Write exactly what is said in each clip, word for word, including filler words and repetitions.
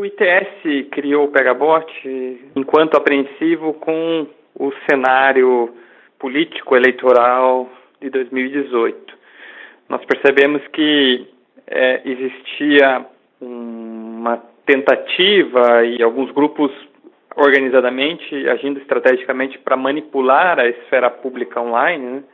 O I T S criou o Pegabot enquanto apreensivo com o cenário político eleitoral de dois mil e dezoito. Nós percebemos que é, existia uma tentativa e alguns grupos organizadamente, agindo estrategicamente para manipular a esfera pública online, né?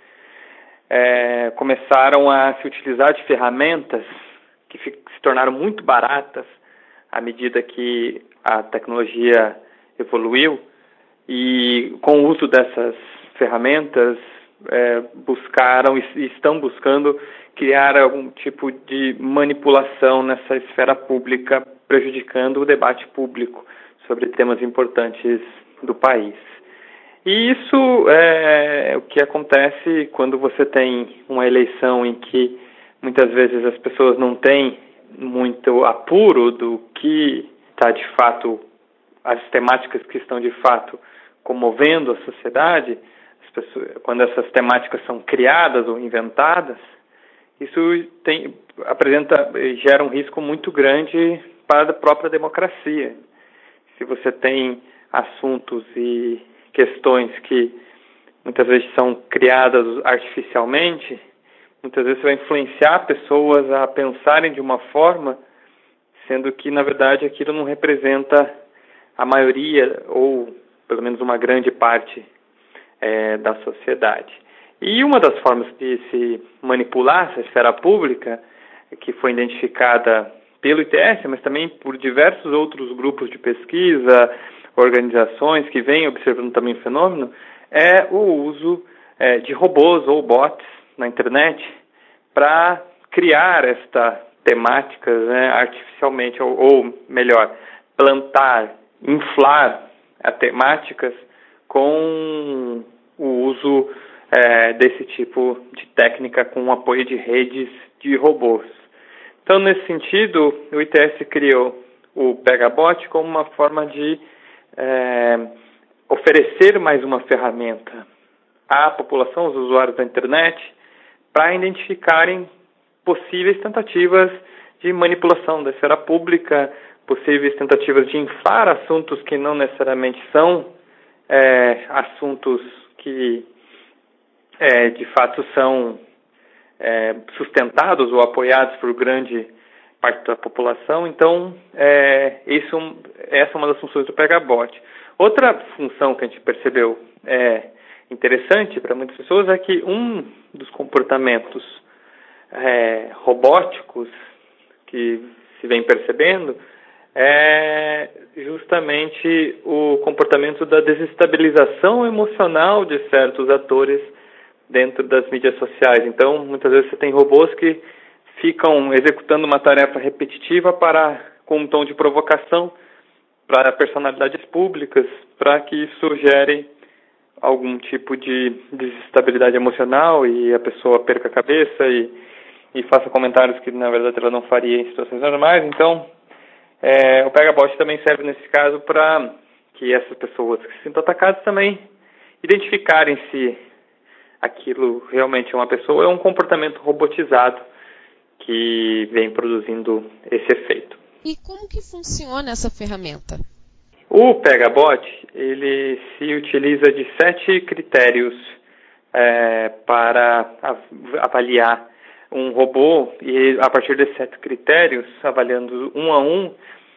é, começaram a se utilizar de ferramentas que se tornaram muito baratas à medida que a tecnologia evoluiu, e com o uso dessas ferramentas é, buscaram e estão buscando criar algum tipo de manipulação nessa esfera pública, prejudicando o debate público sobre temas importantes do país. E isso é o que acontece quando você tem uma eleição em que muitas vezes as pessoas não têm muito apuro do que está de fato, as temáticas que estão de fato comovendo a sociedade. As pessoas, quando essas temáticas são criadas ou inventadas, isso tem, apresenta, gera um risco muito grande para a própria democracia. Se você tem assuntos e questões que muitas vezes são criadas artificialmente, muitas vezes você vai influenciar pessoas a pensarem de uma forma, sendo que, na verdade, aquilo não representa a maioria, ou pelo menos uma grande parte é, da sociedade. E uma das formas de se manipular essa esfera pública, que foi identificada pelo I T S, mas também por diversos outros grupos de pesquisa, organizações que vêm observando também o fenômeno, é o uso é, de robôs ou bots na internet para criar esta temática, né, artificialmente, ou, ou melhor, plantar, inflar as temáticas com o uso é, desse tipo de técnica com o apoio de redes de robôs. Então, nesse sentido, o I T S criou o Pegabot como uma forma de é, oferecer mais uma ferramenta à população, aos usuários da internet, para identificarem possíveis tentativas de manipulação da esfera pública, possíveis tentativas de inflar assuntos que não necessariamente são é, assuntos que é, de fato são é, sustentados ou apoiados por grande parte da população. Então, é, isso, essa é uma das funções do Pegabot. Outra função que a gente percebeu é, interessante para muitas pessoas é que um dos comportamentos é, robóticos que se vem percebendo é justamente o comportamento da desestabilização emocional de certos atores dentro das mídias sociais. Então, muitas vezes você tem robôs que ficam executando uma tarefa repetitiva para, com um tom de provocação para personalidades públicas, para que isso gere algum tipo de desestabilidade emocional e a pessoa perca a cabeça e, e faça comentários que, na verdade, ela não faria em situações normais. Então, é, o Pegabot também serve, nesse caso, para que essas pessoas que se sintam atacadas também identificarem se aquilo realmente é uma pessoa ou é um comportamento robotizado que vem produzindo esse efeito. E como que funciona essa ferramenta? O Pegabot, ele se utiliza de sete critérios é, para avaliar um robô, e a partir desses sete critérios, avaliando um a um,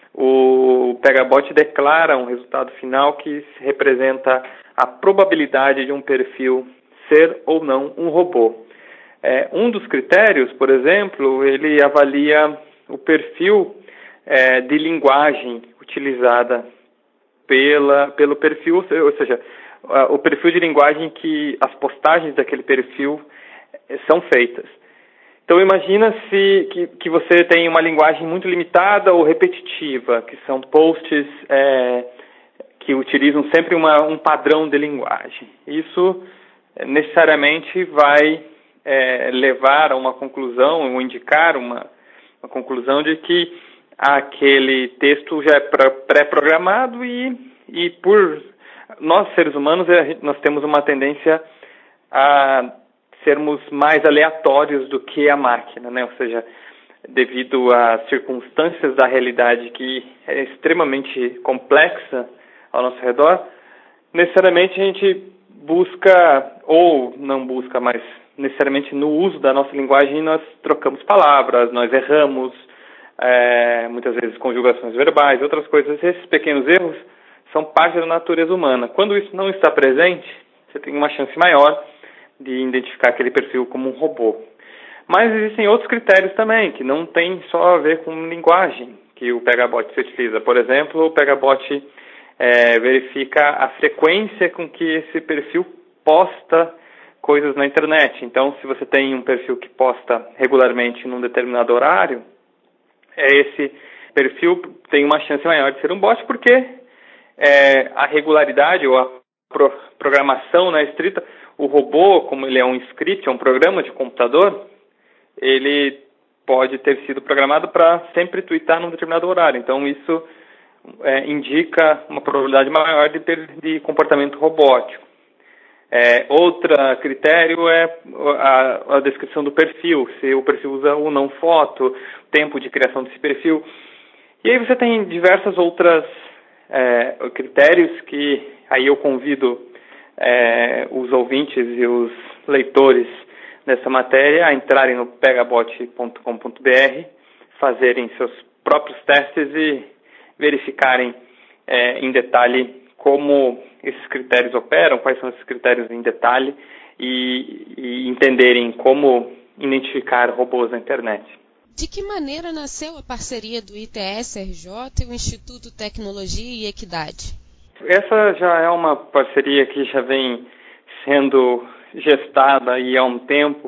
o Pegabot declara um resultado final que representa a probabilidade de um perfil ser ou não um robô. É, um dos critérios, por exemplo, ele avalia o perfil é, de linguagem utilizada pela, pelo perfil, ou seja, o perfil de linguagem que as postagens daquele perfil são feitas. Então, imagina se que, que você tem uma linguagem muito limitada ou repetitiva, que são posts é, que utilizam sempre uma, um padrão de linguagem. Isso é, necessariamente vai é, levar a uma conclusão, ou indicar uma, uma conclusão de que aquele texto já é pré-programado e, e por nós, seres humanos, nós temos uma tendência a sermos mais aleatórios do que a máquina, né? Ou seja, devido às circunstâncias da realidade que é extremamente complexa ao nosso redor, necessariamente a gente busca, ou não busca, mas necessariamente no uso da nossa linguagem nós trocamos palavras, nós erramos, é, muitas vezes conjugações verbais, outras coisas. Esses pequenos erros são parte da natureza humana. Quando isso não está presente, você tem uma chance maior de identificar aquele perfil como um robô. Mas existem outros critérios também, que não tem só a ver com linguagem que o Pegabot se utiliza. Por exemplo, o Pegabot é, verifica a frequência com que esse perfil posta coisas na internet. Então, se você tem um perfil que posta regularmente num determinado horário, esse perfil tem uma chance maior de ser um bot, porque é, a regularidade ou a pro, programação, né, estrita, o robô, como ele é um script, é um programa de computador, ele pode ter sido programado para sempre twittar num determinado horário. Então, isso é, indica uma probabilidade maior de ter de comportamento robótico. É, outro critério é a, a descrição do perfil, se o perfil usa ou não foto, tempo de criação desse perfil. E aí você tem diversas outras é, critérios que aí eu convido é, os ouvintes e os leitores dessa matéria a entrarem no pegabot ponto com ponto b r, fazerem seus próprios testes e verificarem é, em detalhe como esses critérios operam, quais são esses critérios em detalhe e, e entenderem como identificar robôs na internet. De que maneira nasceu a parceria do I T S R J e o Instituto Tecnologia e Equidade? Essa já é uma parceria que já vem sendo gestada aí há um tempo.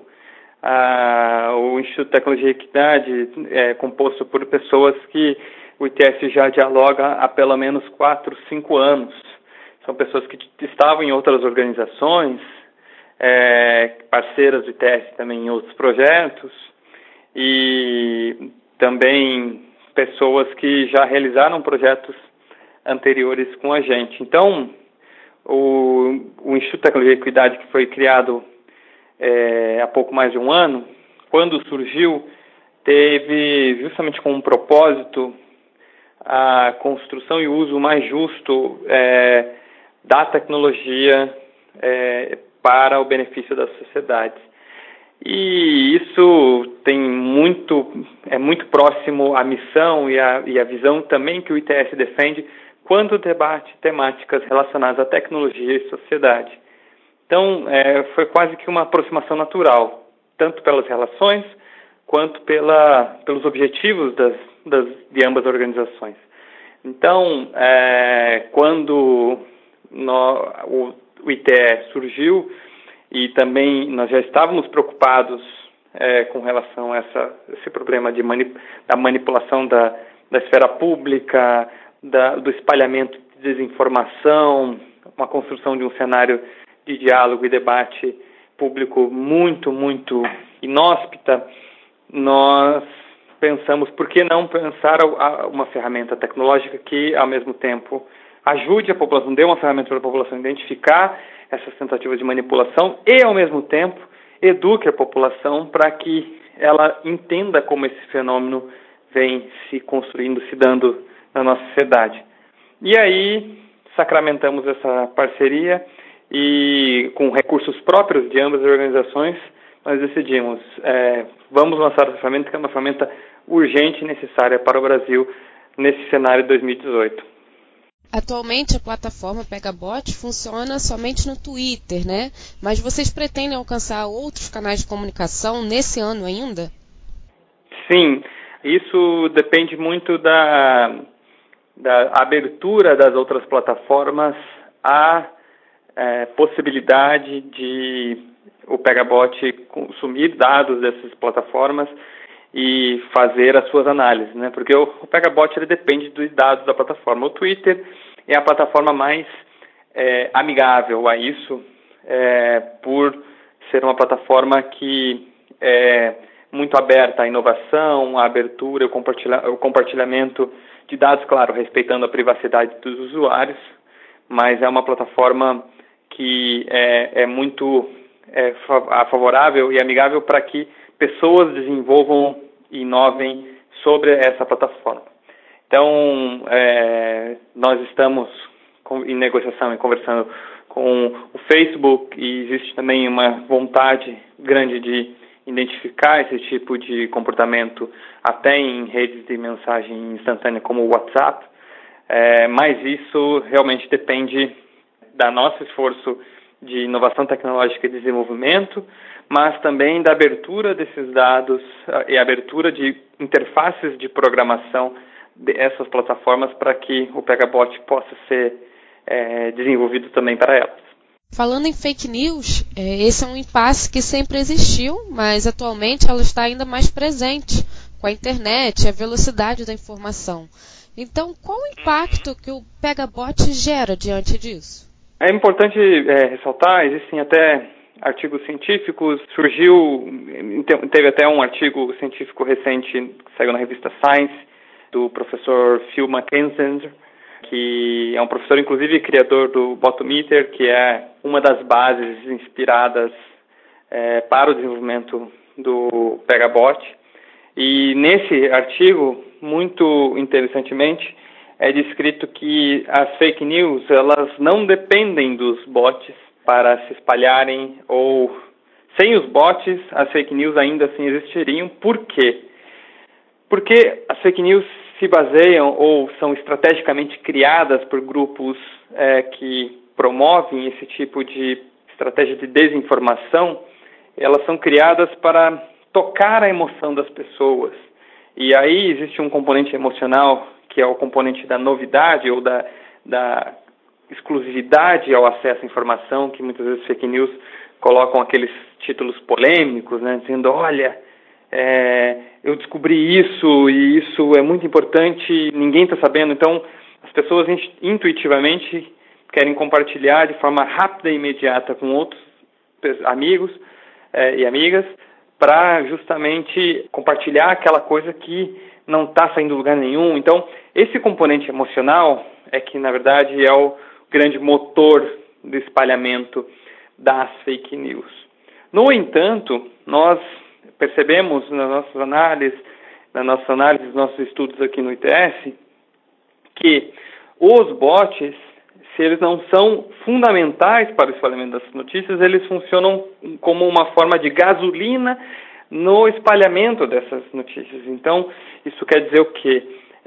Ah, o Instituto Tecnologia e Equidade é composto por pessoas que o I T S já dialoga há pelo menos quatro, cinco anos. São pessoas que estavam em outras organizações, é, parceiras do I T S também em outros projetos, e também pessoas que já realizaram projetos anteriores com a gente. Então, o, o Instituto Tecnologia e Equidade, que foi criado é, há pouco mais de um ano, quando surgiu, teve justamente como propósito a construção e uso mais justo é, da tecnologia é, para o benefício da sociedade. E isso tem muito, é muito próximo à missão e à, e à visão também que o I T S defende quando debate temáticas relacionadas à tecnologia e sociedade. Então, é, foi quase que uma aproximação natural, tanto pelas relações quanto pela, pelos objetivos das, das, de ambas as organizações. Então, é, quando no, o, o I T E surgiu, e também nós já estávamos preocupados é, com relação a essa, esse problema de mani, da manipulação da, da esfera pública, da, do espalhamento de desinformação, uma construção de um cenário de diálogo e debate público muito, muito inóspita, nós pensamos, por que não pensar uma ferramenta tecnológica que, ao mesmo tempo, ajude a população, dê uma ferramenta para a população identificar essas tentativas de manipulação e, ao mesmo tempo, eduque a população para que ela entenda como esse fenômeno vem se construindo, se dando na nossa sociedade. E aí, sacramentamos essa parceria e, com recursos próprios de ambas as organizações, nós decidimos, é, vamos lançar essa ferramenta, que é uma ferramenta urgente e necessária para o Brasil nesse cenário de dois mil e dezoito. Atualmente, a plataforma Pegabot funciona somente no Twitter, né? Mas vocês pretendem alcançar outros canais de comunicação nesse ano ainda? Sim, isso depende muito da, da abertura das outras plataformas à é, possibilidade de o Pegabot consumir dados dessas plataformas e fazer as suas análises, né? Porque o, o Pegabot ele depende dos dados da plataforma. O Twitter é a plataforma mais é, amigável a isso, é, por ser uma plataforma que é muito aberta à inovação, à abertura, o, compartilha, o compartilhamento de dados, claro, respeitando a privacidade dos usuários, mas é uma plataforma que é, é muito é, favorável e amigável para que pessoas desenvolvam e inovem sobre essa plataforma. Então, é, nós estamos em negociação e conversando com o Facebook e existe também uma vontade grande de identificar esse tipo de comportamento até em redes de mensagem instantânea como o WhatsApp, é, mas isso realmente depende do nosso esforço de inovação tecnológica e desenvolvimento, mas também da abertura desses dados e abertura de interfaces de programação dessas plataformas para que o Pegabot possa ser é, desenvolvido também para elas. Falando em fake news, esse é um impasse que sempre existiu, mas atualmente ela está ainda mais presente com a internet e a velocidade da informação. Então, qual o impacto que o Pegabot gera diante disso? É importante é, ressaltar, existem até artigos científicos, surgiu, teve até um artigo científico recente que saiu na revista Science, do professor Phil Mackenzie, que é um professor, inclusive, criador do Botometer, que é uma das bases inspiradas é, para o desenvolvimento do Pegabot. E nesse artigo, muito interessantemente, é descrito que as fake news, elas não dependem dos bots para se espalharem, ou sem os bots, as fake news ainda assim existiriam. Por quê? Porque as fake news se baseiam ou são estrategicamente criadas por grupos é, que promovem esse tipo de estratégia de desinformação. Elas são criadas para tocar a emoção das pessoas. E aí existe um componente emocional, que é o componente da novidade ou da, da exclusividade ao acesso à informação, que muitas vezes fake news colocam aqueles títulos polêmicos, né, dizendo, olha, é, eu descobri isso e isso é muito importante, ninguém está sabendo. Então, as pessoas intuitivamente querem compartilhar de forma rápida e imediata com outros amigos é, e amigas para justamente compartilhar aquela coisa que não está saindo de lugar nenhum. Então, esse componente emocional é que, na verdade, é o grande motor do espalhamento das fake news. No entanto, nós percebemos nas nossas análises, na nossa análise dos nossos estudos aqui no I T S, que os bots, se eles não são fundamentais para o espalhamento das notícias, eles funcionam como uma forma de gasolina no espalhamento dessas notícias. Então, isso quer dizer o quê?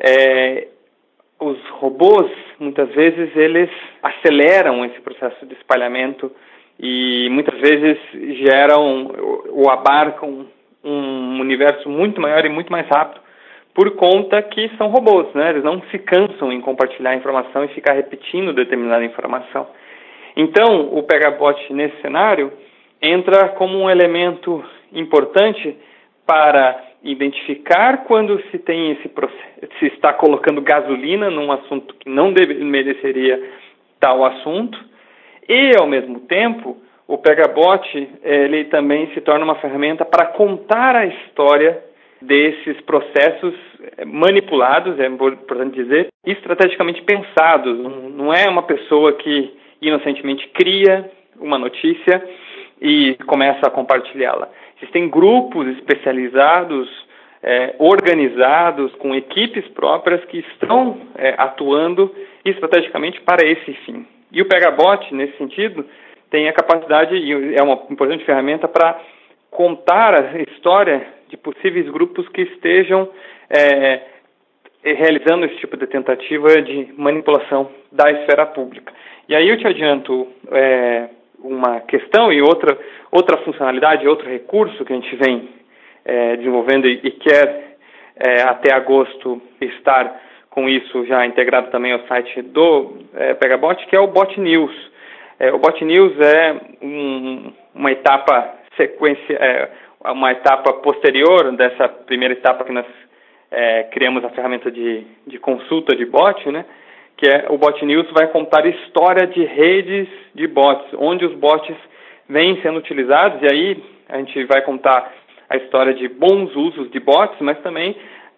É, os robôs, muitas vezes, eles aceleram esse processo de espalhamento e muitas vezes geram ou abarcam um universo muito maior e muito mais rápido, por conta que são robôs, né? Eles não se cansam em compartilhar informação e ficar repetindo determinada informação. Então, o Pegabot, nesse cenário, entra como um elemento importante para identificar quando se tem esse processo, se está colocando gasolina num assunto que não deve, mereceria tal assunto, e, ao mesmo tempo, o Pegabot, ele também se torna uma ferramenta para contar a história desses processos manipulados, é importante dizer, estrategicamente pensados. Não é uma pessoa que inocentemente cria uma notícia e começa a compartilhá-la. Existem grupos especializados, é, organizados, com equipes próprias que estão é, atuando estrategicamente para esse fim. E o Pegabot, nesse sentido, tem a capacidade, e é uma importante ferramenta para contar a história de possíveis grupos que estejam é, realizando esse tipo de tentativa de manipulação da esfera pública. E aí eu te adianto é, uma questão e outra, outra funcionalidade, outro recurso que a gente vem é, desenvolvendo e, e quer é, até agosto estar com isso já integrado também ao site do é, Pegabot, que é o Bot News. É, o Bot News é um, uma etapa sequência, é, uma etapa posterior dessa primeira etapa que nós é, criamos a ferramenta de, de consulta de bot, né? Que é o Bot News vai contar história de redes de bots, onde os bots vêm sendo utilizados, e aí a gente vai contar a história de bons usos de bots, mas também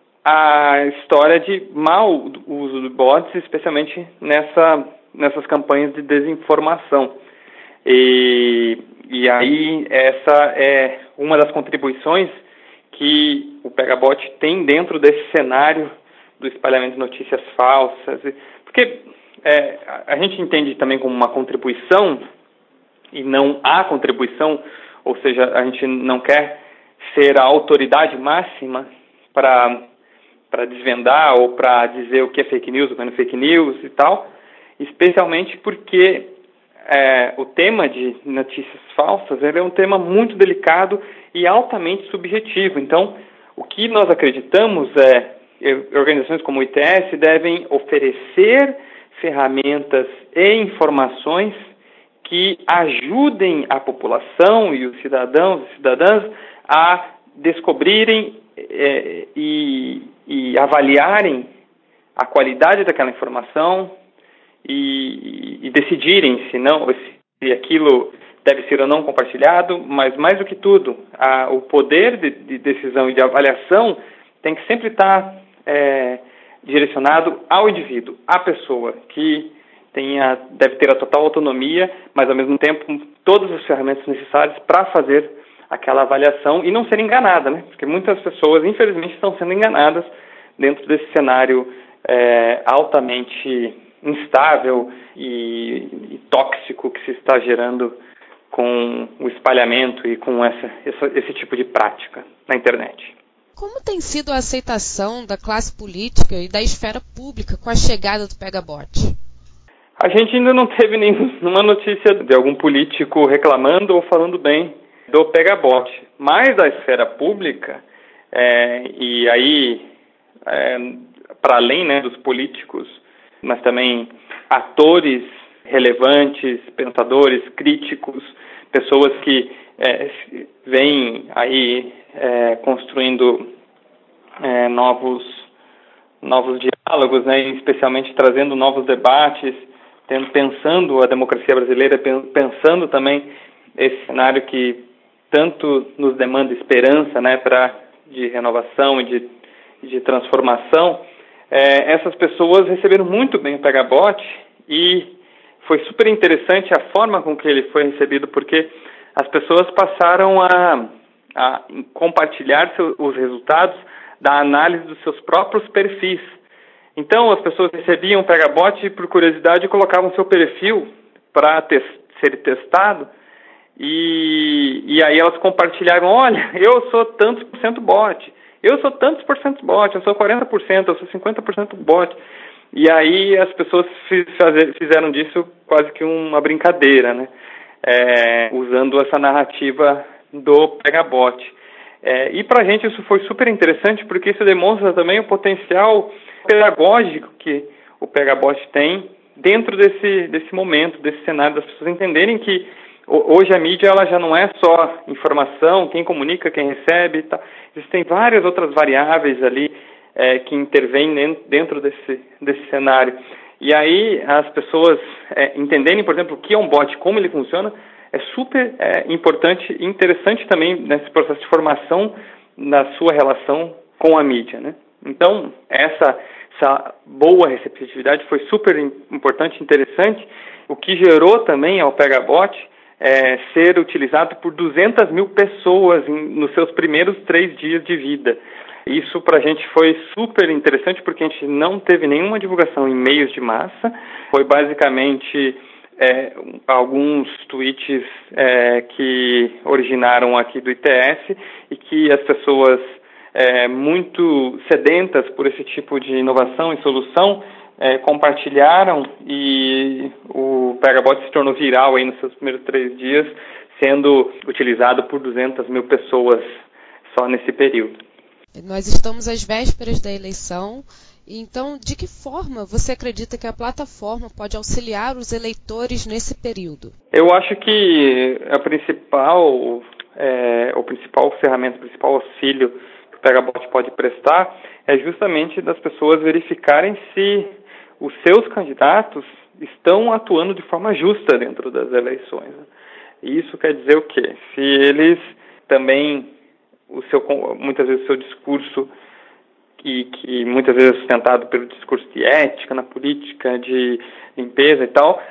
a história de mau uso de bots, especialmente nessa, nessas campanhas de desinformação. E, e aí essa é uma das contribuições que o Pegabot tem dentro desse cenário do espalhamento de notícias falsas, porque é, a gente entende também como uma contribuição e não a contribuição, ou seja, a gente não quer ser a autoridade máxima para para desvendar ou para dizer o que é fake news, o que não é fake news e tal, especialmente porque é, o tema de notícias falsas ele é um tema muito delicado e altamente subjetivo. Então, o que nós acreditamos é que organizações como o I T S devem oferecer ferramentas e informações que ajudem a população e os cidadãos e cidadãs a descobrirem é, e, e avaliarem a qualidade daquela informação e, e decidirem se, não, se aquilo deve ser ou não compartilhado, mas mais do que tudo, a, o poder de, de decisão e de avaliação tem que sempre estar é, direcionado ao indivíduo, à pessoa, que tenha, deve ter a total autonomia, mas ao mesmo tempo todas as ferramentas necessárias para fazer aquela avaliação e não ser enganada, né? Porque muitas pessoas, infelizmente, estão sendo enganadas dentro desse cenário é, altamente instável e, e tóxico que se está gerando com o espalhamento e com essa, essa, esse tipo de prática na internet. Como tem sido a aceitação da classe política e da esfera pública com a chegada do Pegabot? A gente ainda não teve nenhuma notícia de algum político reclamando ou falando bem do Pegabot, mas a esfera pública, é, e aí, é, para além, né, dos políticos, mas também atores relevantes, pensadores, críticos, pessoas que é, vêm aí é, construindo é, novos, novos diálogos, né, e especialmente trazendo novos debates, tendo, pensando a democracia brasileira, pensando também esse cenário que tanto nos demanda esperança, né, pra, de renovação e de, de transformação. É, essas pessoas receberam muito bem o Pegabot e foi super interessante a forma com que ele foi recebido, porque as pessoas passaram a, a compartilhar seu, os resultados da análise dos seus próprios perfis. Então, as pessoas recebiam o Pegabot e, por curiosidade, colocavam seu perfil para te, ser testado. E, e aí elas compartilhavam, olha, eu sou tantos por cento bot, eu sou tantos por cento bot, eu sou quarenta por cento, eu sou cinquenta por cento bot. E aí as pessoas fiz, fazer, fizeram disso quase que uma brincadeira, né? É, usando essa narrativa do Pegabot. É, e para a gente isso foi super interessante, porque isso demonstra também o potencial pedagógico que o Pegabot tem dentro desse, desse momento, desse cenário, das pessoas entenderem que hoje a mídia ela já não é só informação, quem comunica, quem recebe, tá? Existem várias outras variáveis ali é, que intervêm dentro desse, desse cenário. E aí as pessoas é, entenderem, por exemplo, o que é um bot, como ele funciona, é super é, importante e interessante também nesse processo de formação na sua relação com a mídia, né? Então, essa, essa boa receptividade foi super importante e interessante, o que gerou também ao Pegabot É, ser utilizado por duzentas mil pessoas em, nos seus primeiros três dias de vida. Isso para a gente foi super interessante porque a gente não teve nenhuma divulgação em meios de massa, foi basicamente é, alguns tweets é, que originaram aqui do I T S e que as pessoas é, muito sedentas por esse tipo de inovação e solução É, compartilharam e o Pegabot se tornou viral aí nos seus primeiros três dias, sendo utilizado por duzentas mil pessoas só nesse período. Nós estamos às vésperas da eleição, então de que forma você acredita que a plataforma pode auxiliar os eleitores nesse período? Eu acho que a principal, é, o principal ferramenta, o principal auxílio que o Pegabot pode prestar é justamente das pessoas verificarem se os seus candidatos estão atuando de forma justa dentro das eleições. E isso quer dizer o quê? Se eles também, o seu, muitas vezes o seu discurso, que, que muitas vezes é sustentado pelo discurso de ética na política, de limpeza e tal,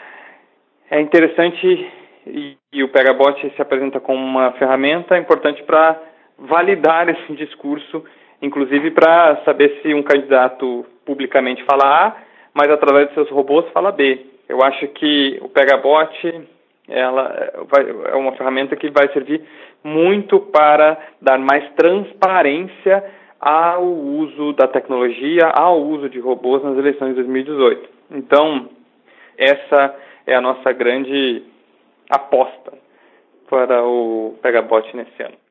é interessante, e, e o Pegabot se apresenta como uma ferramenta importante para validar esse discurso, inclusive para saber se um candidato publicamente fala A, mas através de seus robôs fala B. Eu acho que o Pegabot ela vai, é uma ferramenta que vai servir muito para dar mais transparência ao uso da tecnologia, ao uso de robôs nas eleições de dois mil e dezoito. Então, essa é a nossa grande aposta para o Pegabot nesse ano.